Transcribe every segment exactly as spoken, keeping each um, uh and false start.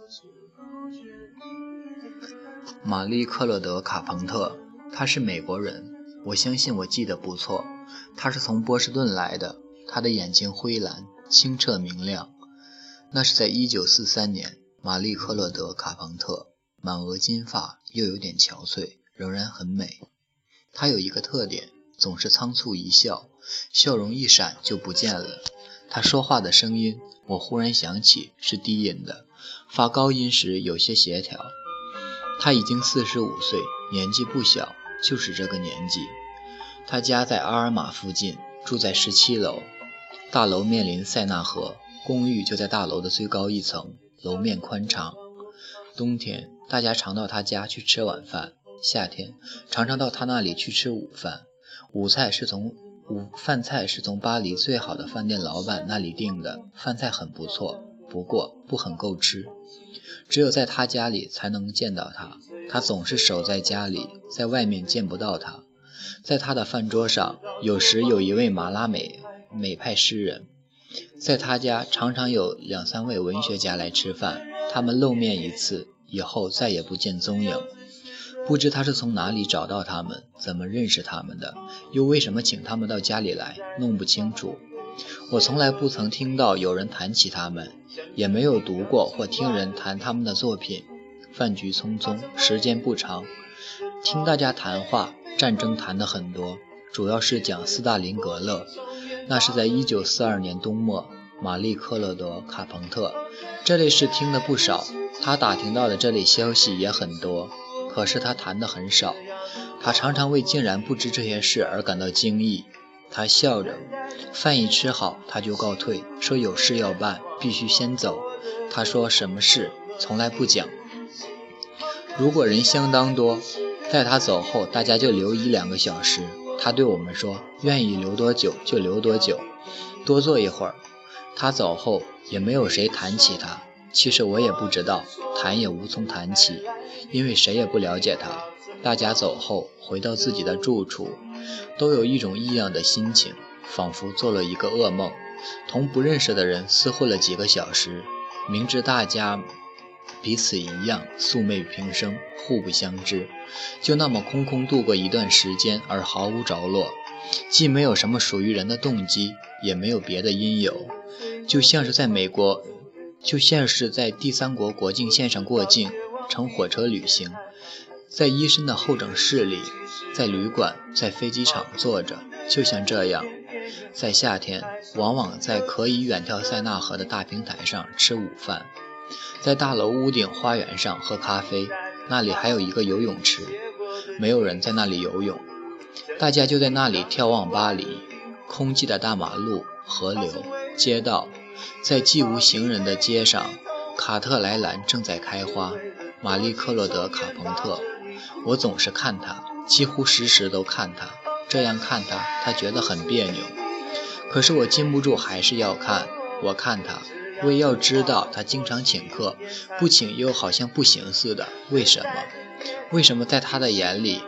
玛丽·克勒德·卡彭特，他是美国人，我相信我记得不错。他是从波士顿来的，他的眼睛灰蓝，清澈明亮。那是在一九四三年，玛丽·克勒德·卡彭特，满额金发，又有点憔悴，仍然很美。他有一个特点，总是仓促一笑，笑容一闪就不见了。他说话的声音，我忽然想起是低音的，发高音时有些协调。他已经四十五岁，年纪不小，就是这个年纪。他家在阿尔玛附近，住在十七楼，大楼面临塞纳河，公寓就在大楼的最高一层，楼面宽敞。冬天大家常到他家去吃晚饭，夏天常常到他那里去吃午饭。午菜是从午饭菜是从巴黎最好的饭店老板那里订的，饭菜很不错，不过不很够吃。只有在他家里才能见到他，他总是守在家里，在外面见不到他。在他的饭桌上，有时有一位马拉美美派诗人。在他家常常有两三位文学家来吃饭，他们露面一次以后再也不见踪影。不知他是从哪里找到他们，怎么认识他们的，又为什么请他们到家里来，弄不清楚。我从来不曾听到有人谈起他们，也没有读过或听人谈他们的作品。饭局匆匆，时间不长，听大家谈话，战争谈得很多，主要是讲斯大林格勒。那是在一九四二年冬末，玛丽·克勒德·卡彭特这类事听得不少，他打听到的这类消息也很多，可是他谈得很少。他常常为竟然不知这些事而感到惊异。他笑着，饭一吃好他就告退，说有事要办，必须先走。他说什么事从来不讲。如果人相当多，在他走后大家就留一两个小时，他对我们说愿意留多久就留多久，多坐一会儿。他走后也没有谁谈起他，其实我也不知道，谈也无从谈起，因为谁也不了解他。大家走后回到自己的住处，都有一种异样的心情，仿佛做了一个噩梦，同不认识的人厮混了几个小时，明知大家彼此一样素昧平生，互不相知，就那么空空度过一段时间而毫无着落，既没有什么属于人的动机，也没有别的因由，就像是在美国就像是在第三国国境线上过境，乘火车旅行，在医生的候诊室里，在旅馆，在飞机场坐着，就像这样。在夏天，往往在可以远眺塞纳河的大平台上吃午饭，在大楼屋顶花园上喝咖啡，那里还有一个游泳池，没有人在那里游泳，大家就在那里眺望巴黎，空寂的大马路、河流、街道。在既无行人的街上，卡特莱兰正在开花。玛丽·克勒德·卡彭特，我总是看他，几乎时时都看他，这样看他，他觉得很别扭。可是我禁不住还是要看，我看他，我也要知道他经常请客，不请又好像不行似的，为什么？为什么在他的眼里，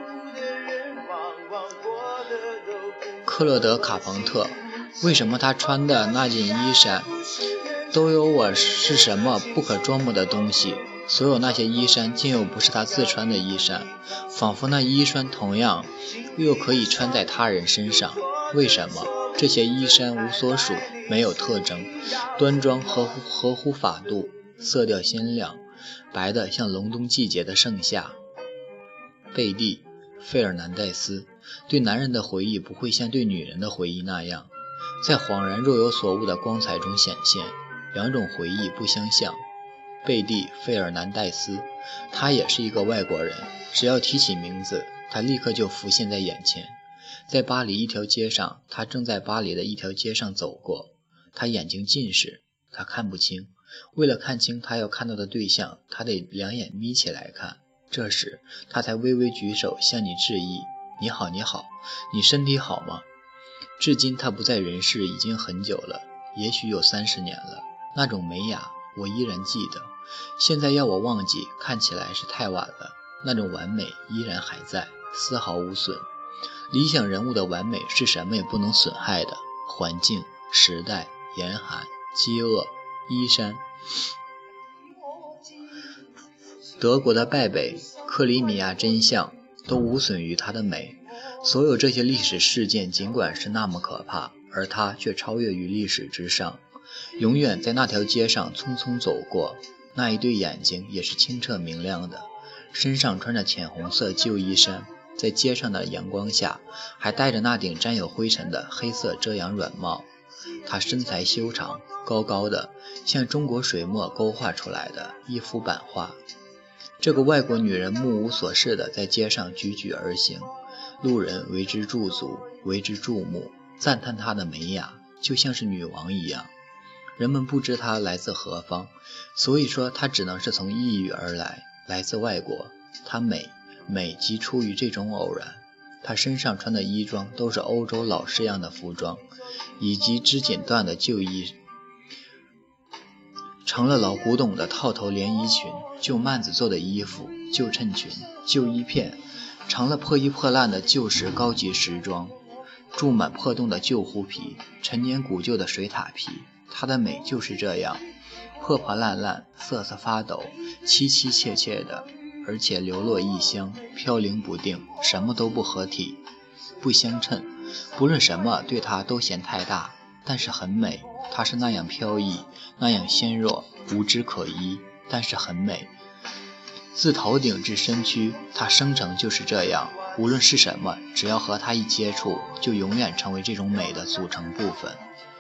克勒德·卡彭特，为什么他穿的那件衣衫都有我是什么不可捉摸的东西？所有那些衣衫竟又不是他自穿的衣衫，仿佛那衣衫同样又可以穿在他人身上。为什么这些衣衫无所属，没有特征，端庄合乎合乎法度，色调鲜亮，白的像隆冬季节的盛夏？贝蒂·费尔南戴斯对男人的回忆不会像对女人的回忆那样，在恍然若有所悟的光彩中显现，两种回忆不相像。贝蒂·费尔南戴斯，他也是一个外国人，只要提起名字，他立刻就浮现在眼前。在巴黎一条街上，他正在巴黎的一条街上走过，他眼睛近视，他看不清，为了看清他要看到的对象，他得两眼眯起来看，这时他才微微举手向你致意，你好你好，你身体好吗？至今他不在人世已经很久了，也许有三十年了，那种美雅我依然记得，现在要我忘记，看起来是太晚了，那种完美依然还在，丝毫无损。理想人物的完美是什么也不能损害的，环境、时代、严寒、饥饿、衣衫。 德国的败北、克里米亚真相都无损于它的美。所有这些历史事件尽管是那么可怕，而它却超越于历史之上，永远在那条街上匆匆走过。那一对眼睛也是清澈明亮的，身上穿着浅红色旧衣衫，在街上的阳光下还戴着那顶沾有灰尘的黑色遮阳软帽。她身材修长，高高的，像中国水墨勾画出来的一幅版画。这个外国女人目无所事地在街上踽踽而行，路人为之驻足，为之注目，赞叹她的美雅，就像是女王一样。人们不知她来自何方，所以说她只能是从异域而来，来自外国。她美，美即出于这种偶然。她身上穿的衣装都是欧洲老式样的服装，以及织锦缎的旧衣，成了老古董的套头连衣裙、旧幔子做的衣服、旧衬裙、旧衣片，成了破衣破烂的旧时高级时装，注满破洞的旧狐皮、陈年古旧的水獭皮。它的美就是这样，破破烂烂，瑟瑟发抖，凄凄切切的，而且流落异乡，飘零不定，什么都不合体，不相称，不论什么对它都嫌太大，但是很美。它是那样飘逸，那样纤弱，无枝可依，但是很美。自头顶至身躯，它生成就是这样，无论是什么，只要和它一接触，就永远成为这种美的组成部分。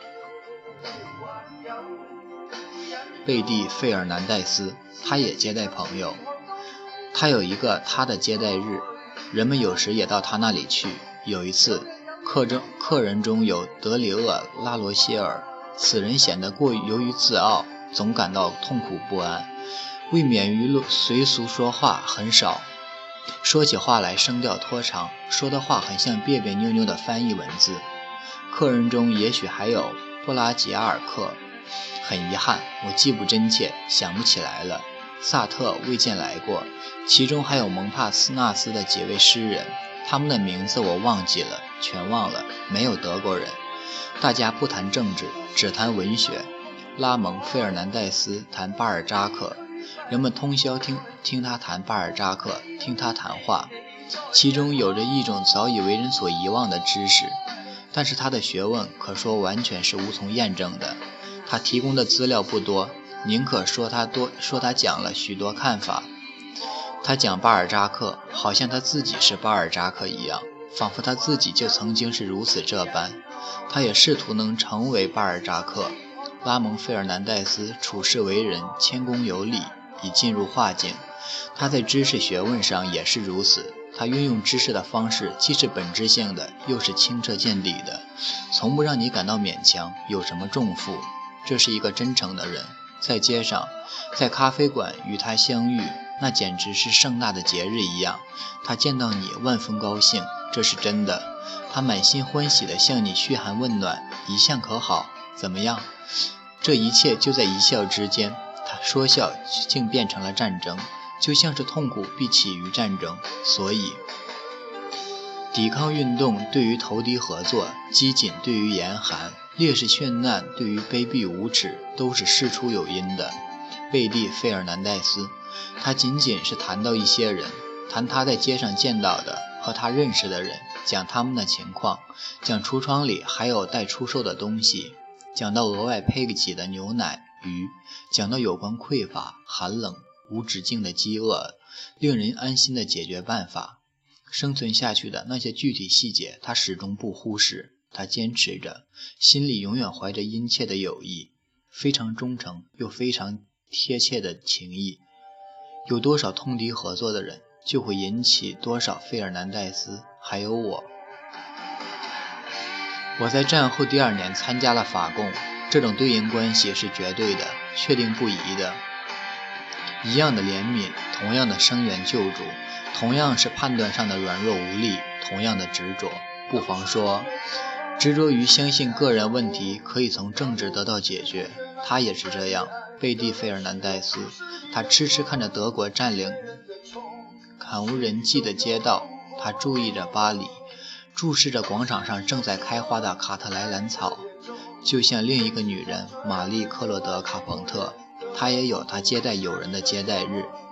贝蒂·费尔南戴斯，他也接待朋友，他有一个他的接待日，人们有时也到他那里去。有一次，客中客人中有德里厄·拉罗歇尔，此人显得过由于自傲，总感到痛苦不安，未免于随俗说话很少，说起话来声调拖长，说的话很像别别扭扭的翻译文字。客人中也许还有布拉吉阿尔克，很遗憾，我记不真切，想不起来了。萨特未见来过，其中还有蒙帕斯纳斯的几位诗人，他们的名字我忘记了，全忘了，没有德国人。大家不谈政治，只谈文学。拉蒙·费尔南戴斯谈巴尔扎克，人们通宵听听他谈巴尔扎克，听他谈话，其中有着一种早已为人所遗忘的知识，但是他的学问可说完全是无从验证的。他提供的资料不多，宁可说他多说他讲了许多看法。他讲巴尔扎克，好像他自己是巴尔扎克一样，仿佛他自己就曾经是如此这般。他也试图能成为巴尔扎克。拉蒙·费尔南戴斯处世为人谦恭有礼，已进入画境。他在知识学问上也是如此，他运用知识的方式既是本质性的，又是清澈见底的，从不让你感到勉强，有什么重负。这是一个真诚的人。在街上，在咖啡馆与他相遇，那简直是盛大的节日一样。他见到你万分高兴，这是真的。他满心欢喜地向你嘘寒问暖，一向可好？怎么样？这一切就在一笑之间。他说笑竟变成了战争，就像是痛苦必起于战争。所以抵抗运动对于投敌合作，激进对于严寒，烈士殉难对于卑鄙无耻，都是事出有因的。贝蒂·费尔南戴斯，他仅仅是谈到一些人，谈他在街上见到的和他认识的人，讲他们的情况，讲橱窗里还有待出售的东西，讲到额外配给的牛奶、鱼，讲到有关匮乏、寒冷、无止境的饥饿，令人安心的解决办法。生存下去的那些具体细节，他始终不忽视。他坚持着，心里永远怀着殷切的友谊，非常忠诚又非常贴切的情谊。有多少通敌合作的人，就会引起多少费尔南戴斯，还有我。我在战后第二年参加了法共，这种对应关系是绝对的，确定不移的。一样的怜悯，同样的声援救助，同样是判断上的软弱无力，同样的执着。不妨说，执着于相信个人问题可以从政治得到解决。他也是这样。贝蒂·费尔南戴斯，他痴痴看着德国占领惨无人迹的街道，他注意着巴黎，注视着广场上正在开花的卡特莱兰草，就像另一个女人玛丽·克洛德·卡彭特，她也有她接待友人的接待日。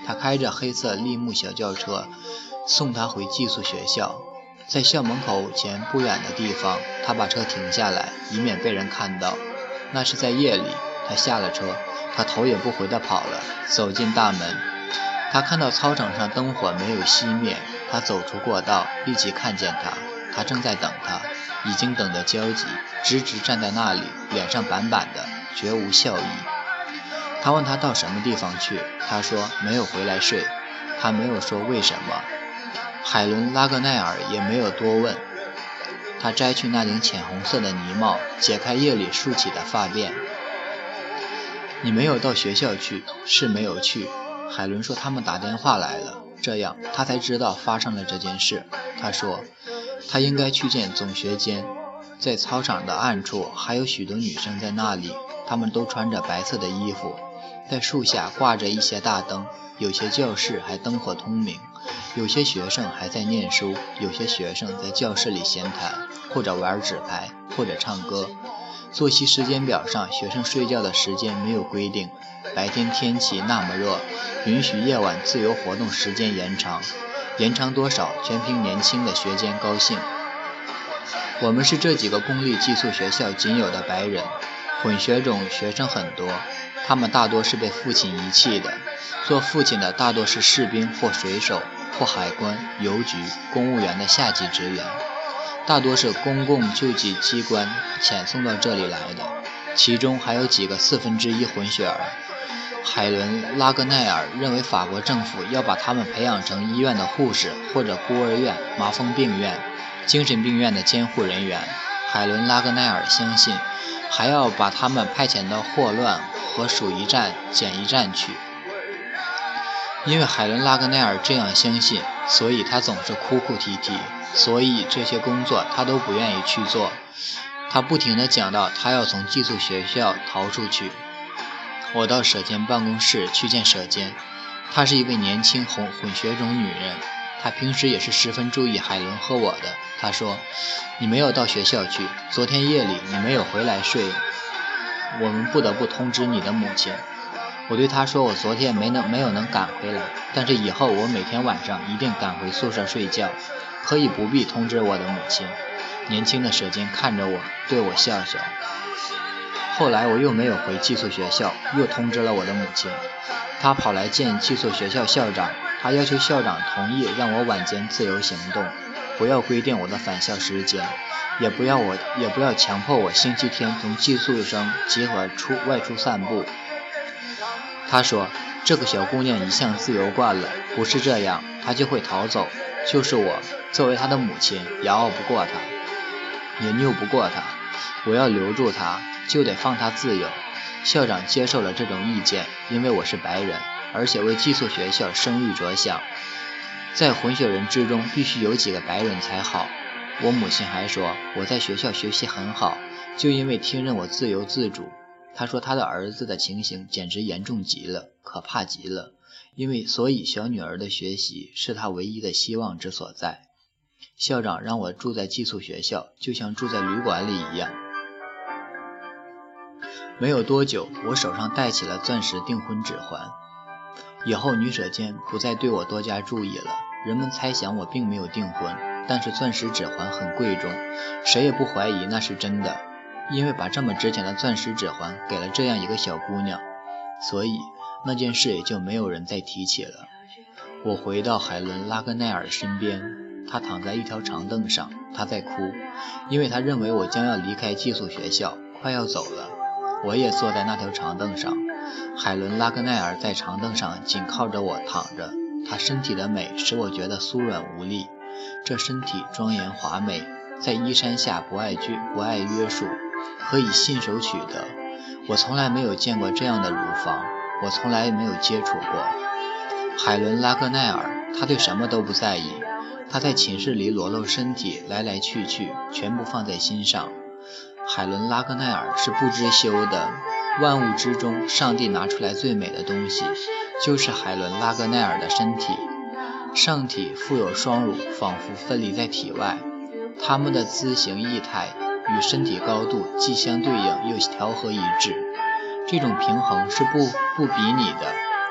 他开着黑色立木小轿车送他回寄宿学校。在校门口前不远的地方，他把车停下来，以免被人看到。那是在夜里，他下了车，他头也不回地跑了，走进大门。他看到操场上灯火没有熄灭，他走出过道，立即看见他，他正在等他，已经等得焦急，直直站在那里，脸上板板的，绝无笑意。他问他到什么地方去，他说没有回来睡，他没有说为什么。海伦·拉格奈尔也没有多问，他摘去那顶浅红色的呢帽，解开夜里竖起的发辫。你没有到学校去，是没有去。海伦说他们打电话来了，这样他才知道发生了这件事。他说他应该去见总学监，在操场的暗处还有许多女生在那里，她们都穿着白色的衣服，在树下挂着一些大灯，有些教室还灯火通明，有些学生还在念书，有些学生在教室里闲谈，或者玩纸牌，或者唱歌。作息时间表上，学生睡觉的时间没有规定，白天天气那么热，允许夜晚自由活动时间延长，延长多少全凭年轻的学监高兴。我们是这几个公立寄宿学校仅有的白人，混血种学生很多，他们大多是被父亲遗弃的，做父亲的大多是士兵或水手或海关、邮局、公务员的下级职员，大多是公共救济机关遣送到这里来的，其中还有几个四分之一混血儿。海伦·拉格奈尔认为法国政府要把他们培养成医院的护士或者孤儿院、麻风病院、精神病院的监护人员。海伦·拉格奈尔相信还要把他们派遣到霍乱和鼠疫站、检疫站去。因为海伦·拉格奈尔这样相信，所以他总是哭哭啼啼，所以这些工作他都不愿意去做。他不停地讲到他要从寄宿学校逃出去。我到舍监办公室去见舍监，她是一位年轻混混血种女人，她平时也是十分注意海伦和我的。她说你没有到学校去，昨天夜里你没有回来睡，我们不得不通知你的母亲。我对她说我昨天没能没有能赶回来，但是以后我每天晚上一定赶回宿舍睡觉，可以不必通知我的母亲。年轻的舍监看着我，对我笑笑。后来我又没有回寄宿学校，又通知了我的母亲。他跑来见寄宿学校校长，他要求校长同意让我晚间自由行动，不要规定我的返校时间，也不要我也不要强迫我星期天同寄宿生集合出外出散步。他说这个小姑娘一向自由惯了，不是这样她就会逃走，就是我作为她的母亲也拗不过她，也拗不过她，我要留住她，就得放她自由。校长接受了这种意见，因为我是白人，而且为寄宿学校声誉着想，在混血人之中必须有几个白人才好。我母亲还说我在学校学习很好，就因为听任我自由自主。她说她的儿子的情形简直严重极了，可怕极了，因为所以小女儿的学习是她唯一的希望之所在。校长让我住在寄宿学校，就像住在旅馆里一样。没有多久，我手上戴起了钻石订婚指环。以后女舍监不再对我多加注意了，人们猜想我并没有订婚，但是钻石指环很贵重，谁也不怀疑那是真的，因为把这么值钱的钻石指环给了这样一个小姑娘，所以那件事也就没有人再提起了。我回到海伦·拉格奈尔身边，她躺在一条长凳上，她在哭，因为她认为我将要离开寄宿学校，快要走了。我也坐在那条长凳上，海伦·拉格奈尔在长凳上紧靠着我躺着，她身体的美使我觉得酥软无力，这身体庄严华美，在衣衫下不爱拘不爱约束，可以信手取得。我从来没有见过这样的乳房，我从来没有接触过。海伦·拉格奈尔，她对什么都不在意，她在寝室里裸露身体，来来去去，全部放在心上。海伦·拉格奈尔是不知羞的，万物之中上帝拿出来最美的东西就是海伦·拉格奈尔的身体。上体富有双乳，仿佛分离在体外，它们的姿形异态与身体高度既相对应又调和一致，这种平衡是不不比拟的。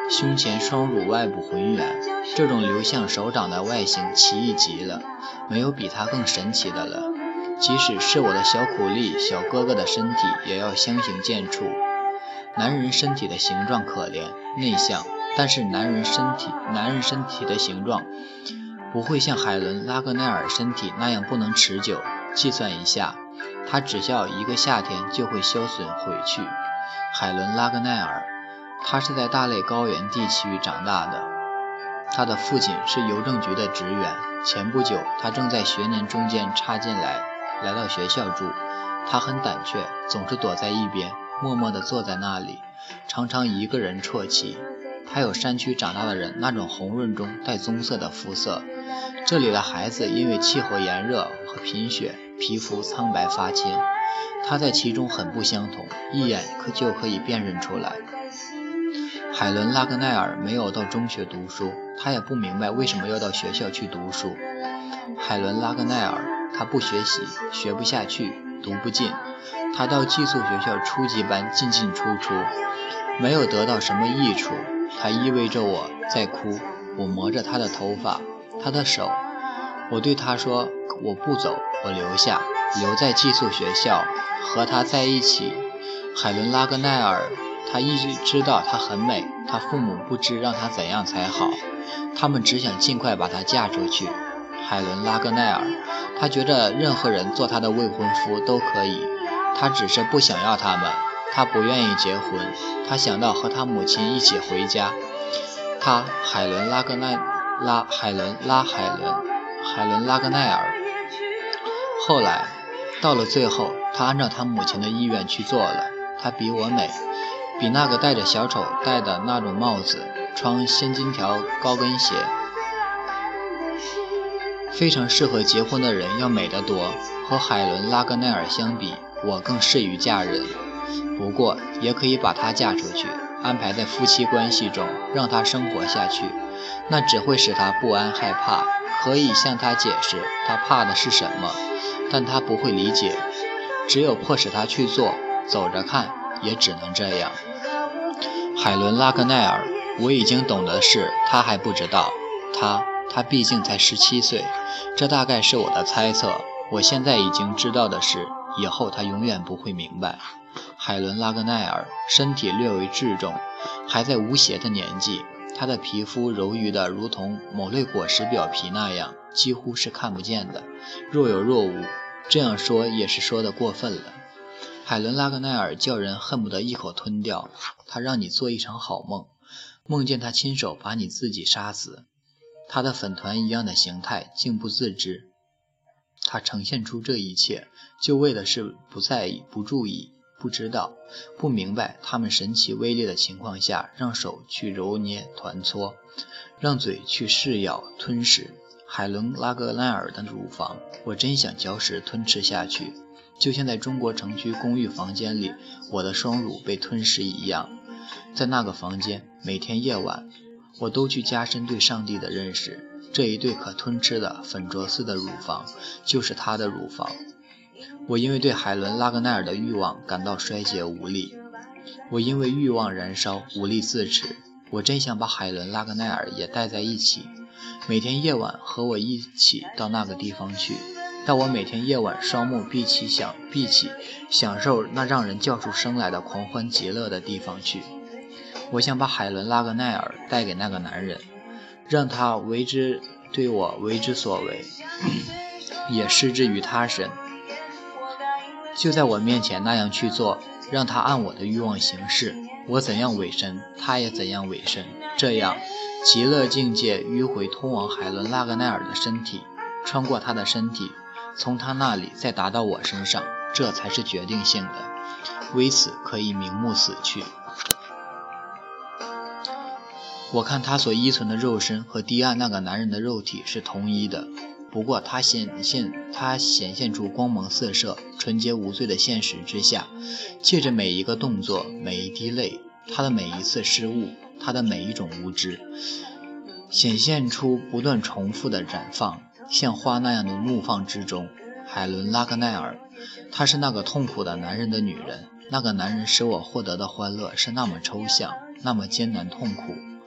胸前双乳外部浑圆，这种流向手掌的外形奇异极了，没有比它更神奇的了。即使是我的小苦力小哥哥的身体也要相形见绌。男人身体的形状可怜内向，但是男人身体男人身体的形状不会像海伦拉格奈尔身体那样不能持久。计算一下，他只需要一个夏天就会消损回去。海伦拉格奈尔，他是在大类高原地区长大的，他的父亲是邮政局的职员。前不久他正在学年中间插进来来到学校住。他很胆怯，总是躲在一边，默默地坐在那里，常常一个人啜泣。他有山区长大的人那种红润中带棕色的肤色，这里的孩子因为气候炎热和贫血，皮肤苍白发青，他在其中很不相同，一眼可就可以辨认出来。海伦拉格奈尔没有到中学读书，他也不明白为什么要到学校去读书。海伦拉格奈尔，他不学习，学不下去，读不进。他到寄宿学校初级班进进出出，没有得到什么益处。他依偎着我在哭，我摸着他的头发，他的手。我对他说，我不走，我留下，留在寄宿学校和他在一起。海伦拉格奈尔，他一直知道她很美，他父母不知让她怎样才好，他们只想尽快把她嫁出去。海伦拉格奈尔，他觉得任何人做他的未婚夫都可以，他只是不想要他们，他不愿意结婚，他想到和他母亲一起回家。他海伦拉格奈拉海伦拉海伦海伦拉格奈尔。后来到了最后，他按照他母亲的意愿去做了。他比我美，比那个戴着小丑戴的那种帽子，穿仙金条高跟鞋，非常适合结婚的人要美得多。和海伦拉格奈尔相比，我更适于嫁人，不过也可以把她嫁出去，安排在夫妻关系中，让她生活下去，那只会使她不安害怕。可以向她解释她怕的是什么，但她不会理解，只有迫使她去做，走着看，也只能这样。海伦拉格奈尔，我已经懂的事，她还不知道。她他毕竟才十七岁，这大概是我的猜测。我现在已经知道的是，以后他永远不会明白。海伦拉格奈尔身体略为质重，还在无邪的年纪，他的皮肤柔腴的如同某类果实表皮那样，几乎是看不见的，若有若无。这样说也是说得过分了。海伦拉格奈尔叫人恨不得一口吞掉，他让你做一场好梦，梦见他亲手把你自己杀死。他的粉团一样的形态竟不自知，他呈现出这一切，就为的是不在意、不注意、不知道、不明白他们神奇威力的情况下，让手去揉捏团搓，让嘴去噬咬吞噬。海伦拉格奈尔的乳房，我真想嚼食吞吃下去，就像在中国城区公寓房间里我的双乳被吞噬一样。在那个房间，每天夜晚我都去加深对上帝的认识，这一对可吞吃的粉浊似的乳房就是他的乳房。我因为对海伦拉格奈尔的欲望感到衰竭无力，我因为欲望燃烧无力自持。我真想把海伦拉格奈尔也带在一起，每天夜晚和我一起到那个地方去，到我每天夜晚双目闭起想闭起享受那让人叫出声来的狂欢极乐的地方去。我想把海伦拉格奈尔带给那个男人，让他为之对我为之所为，也施之于他身，就在我面前那样去做，让他按我的欲望行事。我怎样委身，他也怎样委身，这样极乐境界迂回通往海伦拉格奈尔的身体，穿过他的身体，从他那里再达到我身上，这才是决定性的。为此可以瞑目死去。我看他所依存的肉身和堤岸那个男人的肉体是同一的，不过他显现他显现出光芒四射、纯洁无罪的现实之下，借着每一个动作、每一滴泪，他的每一次失误，他的每一种无知，显现出不断重复的绽放，像花那样的怒放之中。海伦拉格奈尔，她是那个痛苦的男人的女人，那个男人使我获得的欢乐是那么抽象，那么艰难痛苦。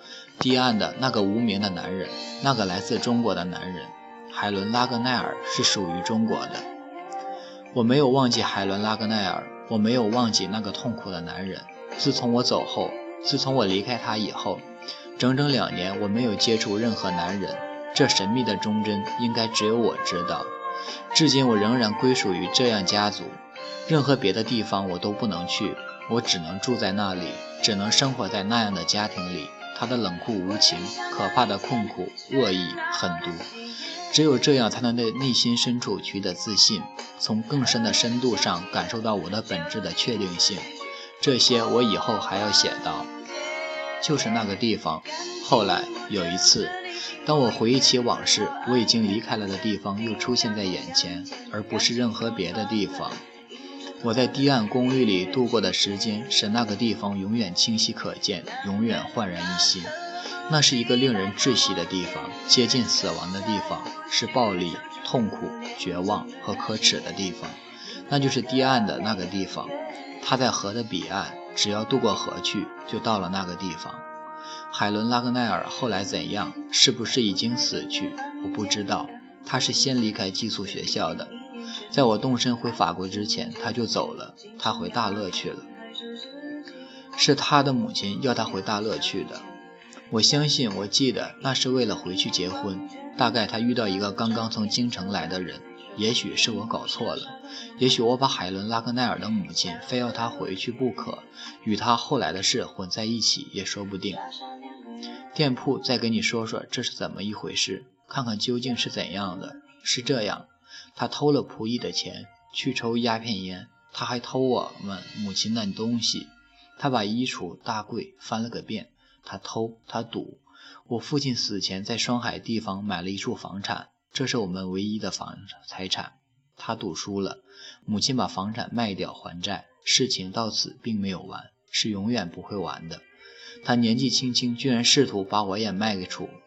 堤岸的那个无名的男人，那个来自中国的男人，海伦·拉格奈尔是属于中国的。我没有忘记海伦·拉格奈尔，我没有忘记那个痛苦的男人。自从我走后，自从我离开他以后，整整两年我没有接触任何男人。这神秘的忠贞应该只有我知道。至今我仍然归属于这样家族，任何别的地方我都不能去，我只能住在那里，只能生活在那样的家庭里。他的冷酷无情，可怕的困苦，恶意狠毒，只有这样才能在内心深处取得自信，从更深的深度上感受到我的本质的确定性。这些我以后还要写到。就是那个地方。后来有一次，当我回忆起往事，我已经离开了的地方又出现在眼前，而不是任何别的地方。我在堤岸公寓里度过的时间，使那个地方永远清晰可见，永远焕然一新。那是一个令人窒息的地方，接近死亡的地方，是暴力、痛苦、绝望和可耻的地方。那就是堤岸的那个地方，它在河的彼岸，只要渡过河去，就到了那个地方。海伦·拉格奈尔后来怎样？是不是已经死去？我不知道。他是先离开寄宿学校的，在我动身回法国之前，他就走了，他回大乐去了。是他的母亲要他回大乐去的。我相信，我记得那是为了回去结婚。大概他遇到一个刚刚从京城来的人，也许是我搞错了，也许我把海伦·拉格奈尔的母亲非要他回去不可，与他后来的事混在一起也说不定。店铺再给你说说这是怎么一回事，看看究竟是怎样的。是这样，他偷了仆役的钱去抽鸦片烟，他还偷我们母亲的东西，他把衣橱大柜翻了个遍，他偷，他赌。我父亲死前在双海地方买了一处房产，这是我们唯一的房财产。他赌输了，母亲把房产卖掉还债，事情到此并没有完，是永远不会完的。他年纪轻轻居然试图把我也卖给出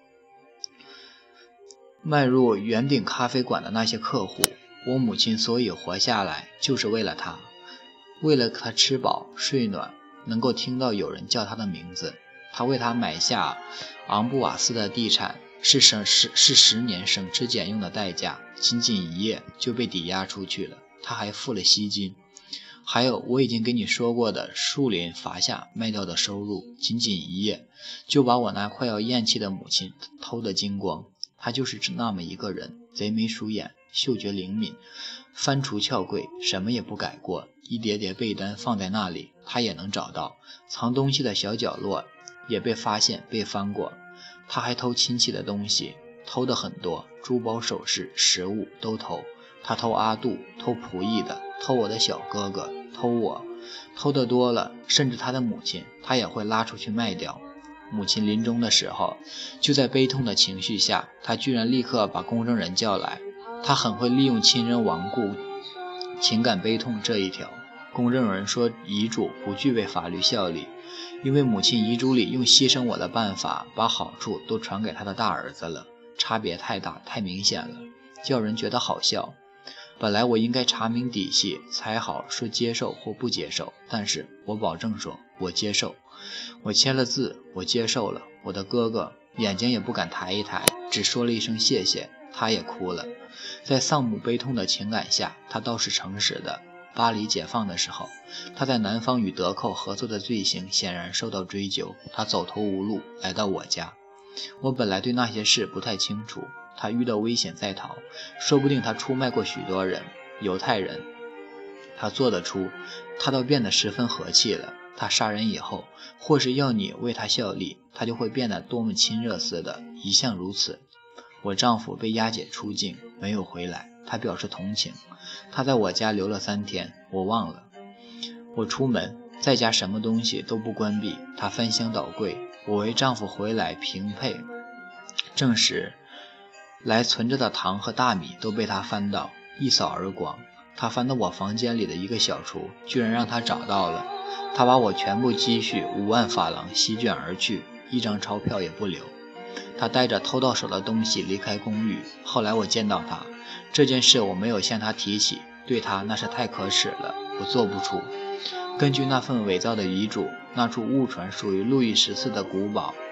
卖入圆顶咖啡馆的那些客户。我母亲所以活下来，就是为了他，为了他吃饱睡暖，能够听到有人叫他的名字。他为他买下昂布瓦斯的地产，是省是是十年省吃俭用的代价，仅仅一夜就被抵押出去了。他还付了息金。还有我已经跟你说过的树林伐下卖掉的收入，仅仅一夜就把我那快要咽气的母亲偷得精光。他就是那么一个人，贼眉鼠眼，嗅觉灵敏，翻橱撬柜什么也不改过，一叠叠被单放在那里他也能找到，藏东西的小角落也被发现被翻过。他还偷亲戚的东西，偷的很多，珠宝首饰食物都偷。他偷阿杜，偷仆役的，偷我的小哥哥，偷我，偷得多了，甚至他的母亲他也会拉出去卖掉。母亲临终的时候，就在悲痛的情绪下，他居然立刻把公证人叫来。他很会利用亲人亡故情感悲痛这一条。公证人说遗嘱不具备法律效力，因为母亲遗嘱里用牺牲我的办法把好处都传给他的大儿子了，差别太大太明显了，叫人觉得好笑。本来我应该查明底细才好说接受或不接受，但是我保证说我接受。我签了字，我接受了。我的哥哥眼睛也不敢抬一抬，只说了一声谢谢，他也哭了。在丧母悲痛的情感下，他倒是诚实的。巴黎解放的时候，他在南方与德寇合作的罪行显然受到追究，他走投无路来到我家。我本来对那些事不太清楚，他遇到危险在逃，说不定他出卖过许多人，犹太人他做得出，他倒变得十分和气了。他杀人以后，或是要你为他效力，他就会变得多么亲热似的，一向如此。我丈夫被押解出境，没有回来，他表示同情。他在我家留了三天，我忘了。我出门，在家什么东西都不关闭，他翻箱倒柜。我为丈夫回来平配证实，来存着的糖和大米都被他翻到，一扫而光。他翻到我房间里的一个小橱，居然让他找到了。他把我全部积蓄五万法郎席卷而去，一张钞票也不留。他带着偷到手的东西离开公寓。后来我见到他，这件事我没有向他提起，对他那是太可耻了，我做不出。根据那份伪造的遗嘱，那处误传属于路易十四的古堡，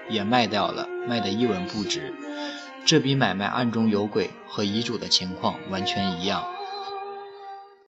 也卖掉了，卖得一文不值。这笔买卖暗中有鬼，和遗嘱的情况完全一样。